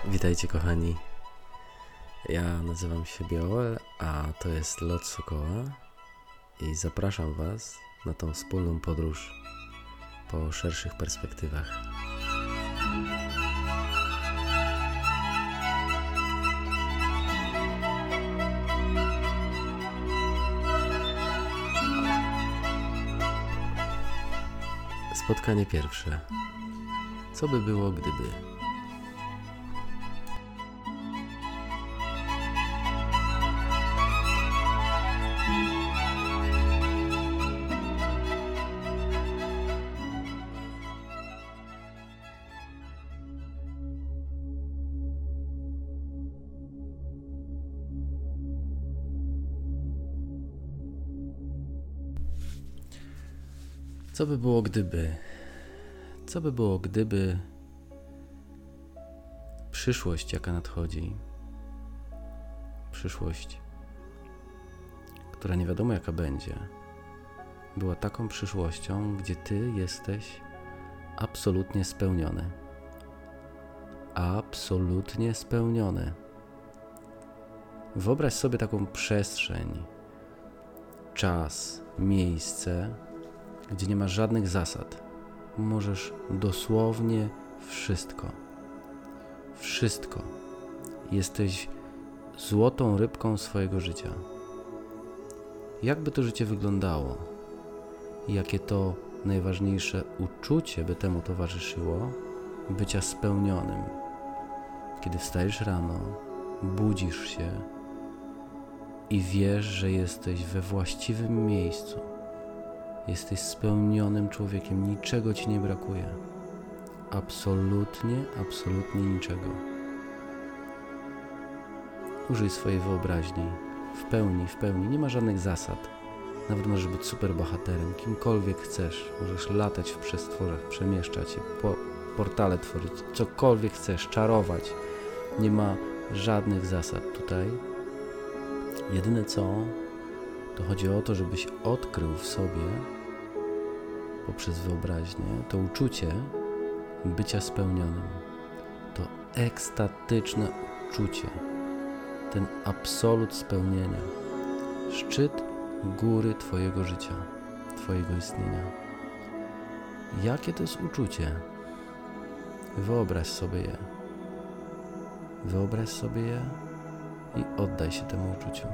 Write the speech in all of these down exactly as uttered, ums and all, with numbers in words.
Witajcie kochani, ja nazywam się Bioel, a to jest Lot Sokoła i zapraszam Was na tą wspólną podróż po szerszych perspektywach. Spotkanie pierwsze. Co by było gdyby? Co by było gdyby? Co by było gdyby przyszłość, jaka nadchodzi, przyszłość, która nie wiadomo jaka będzie, była taką przyszłością, gdzie Ty jesteś absolutnie spełniony. Absolutnie spełniony. Wyobraź sobie taką przestrzeń, czas, miejsce, gdzie nie ma żadnych zasad. Możesz dosłownie wszystko. Wszystko. Jesteś złotą rybką swojego życia. Jakby to życie wyglądało? Jakie to najważniejsze uczucie by temu towarzyszyło? Bycia spełnionym. Kiedy wstajesz rano, budzisz się i wiesz, że jesteś we właściwym miejscu. Jesteś spełnionym człowiekiem, niczego Ci nie brakuje. Absolutnie, absolutnie niczego. Użyj swojej wyobraźni. W pełni, w pełni. Nie ma żadnych zasad. Nawet możesz być super bohaterem, kimkolwiek chcesz. Możesz latać w przestworach, przemieszczać się, po portale tworzyć, cokolwiek chcesz, czarować. Nie ma żadnych zasad tutaj. Jedyne co, to chodzi o to, żebyś odkrył w sobie poprzez wyobraźnię to uczucie bycia spełnionym. To ekstatyczne uczucie. Ten absolut spełnienia. Szczyt góry Twojego życia, Twojego istnienia. Jakie to jest uczucie? Wyobraź sobie je. Wyobraź sobie je i oddaj się temu uczuciu.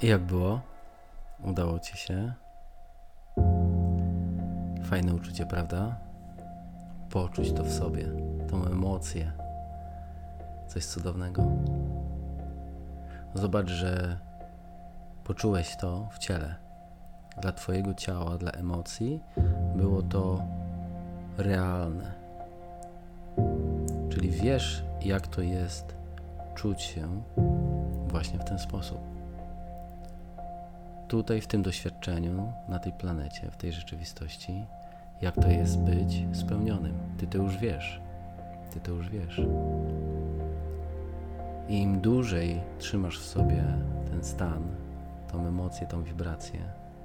I jak było? Udało ci się? Fajne uczucie, prawda? Poczuć to w sobie, tą emocję. Coś cudownego. Zobacz, że poczułeś to w ciele. Dla twojego ciała, dla emocji było to realne. Czyli wiesz, jak to jest czuć się właśnie w ten sposób. Tutaj, w tym doświadczeniu, na tej planecie, w tej rzeczywistości, jak to jest być spełnionym. Ty to już wiesz. Ty to już wiesz. I im dłużej trzymasz w sobie ten stan, tą emocję, tą wibrację,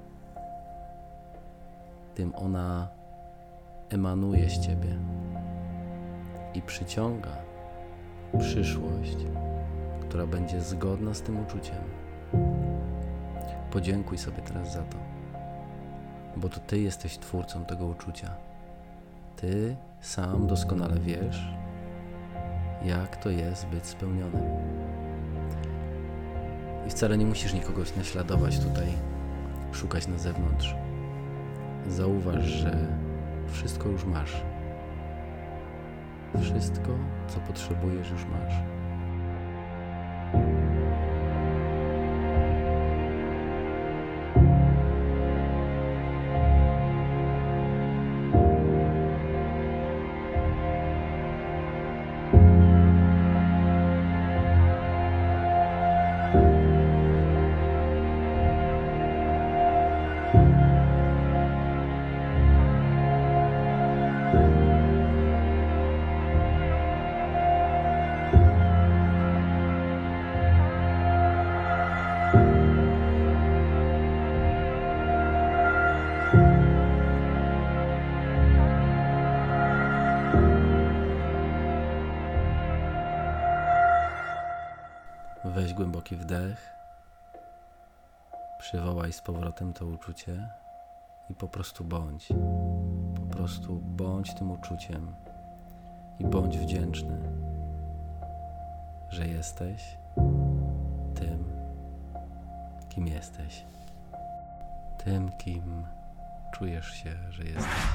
tym ona emanuje z ciebie i przyciąga przyszłość, która będzie zgodna z tym uczuciem. Podziękuj sobie teraz za to, bo to ty jesteś twórcą tego uczucia. Ty sam doskonale wiesz, jak to jest być spełnionym. I wcale nie musisz nikogoś naśladować tutaj, szukać na zewnątrz. Zauważ, że wszystko już masz. Wszystko, co potrzebujesz, już masz. Weź głęboki wdech, przywołaj z powrotem to uczucie i po prostu bądź. Po prostu bądź tym uczuciem i bądź wdzięczny, że jesteś tym, kim jesteś. Tym, kim czujesz się, że jesteś.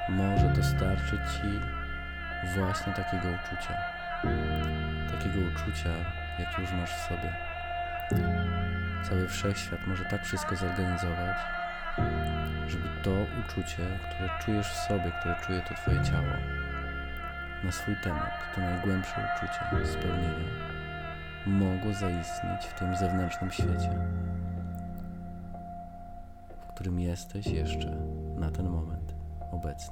może dostarczyć Ci właśnie takiego uczucia. Takiego uczucia, jak już masz w sobie. Cały wszechświat może tak wszystko zorganizować, żeby to uczucie, które czujesz w sobie, które czuje to Twoje ciało, na swój temat, to najgłębsze uczucie spełnienia, mogło zaistnieć w tym zewnętrznym świecie, w którym jesteś jeszcze na ten moment obecny.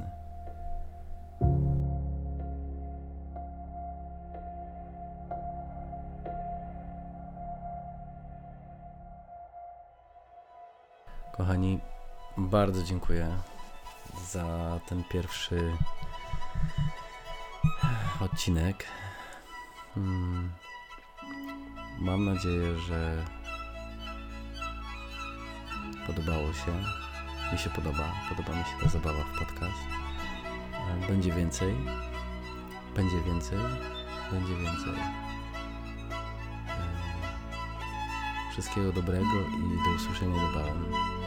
Kochani, bardzo dziękuję za ten pierwszy odcinek. Hmm. Mam nadzieję, że podobało się. Mi się podoba. Podoba mi się ta zabawa w podcast. Będzie więcej. Będzie więcej. Będzie więcej. Wszystkiego dobrego i do usłyszenia niebawem.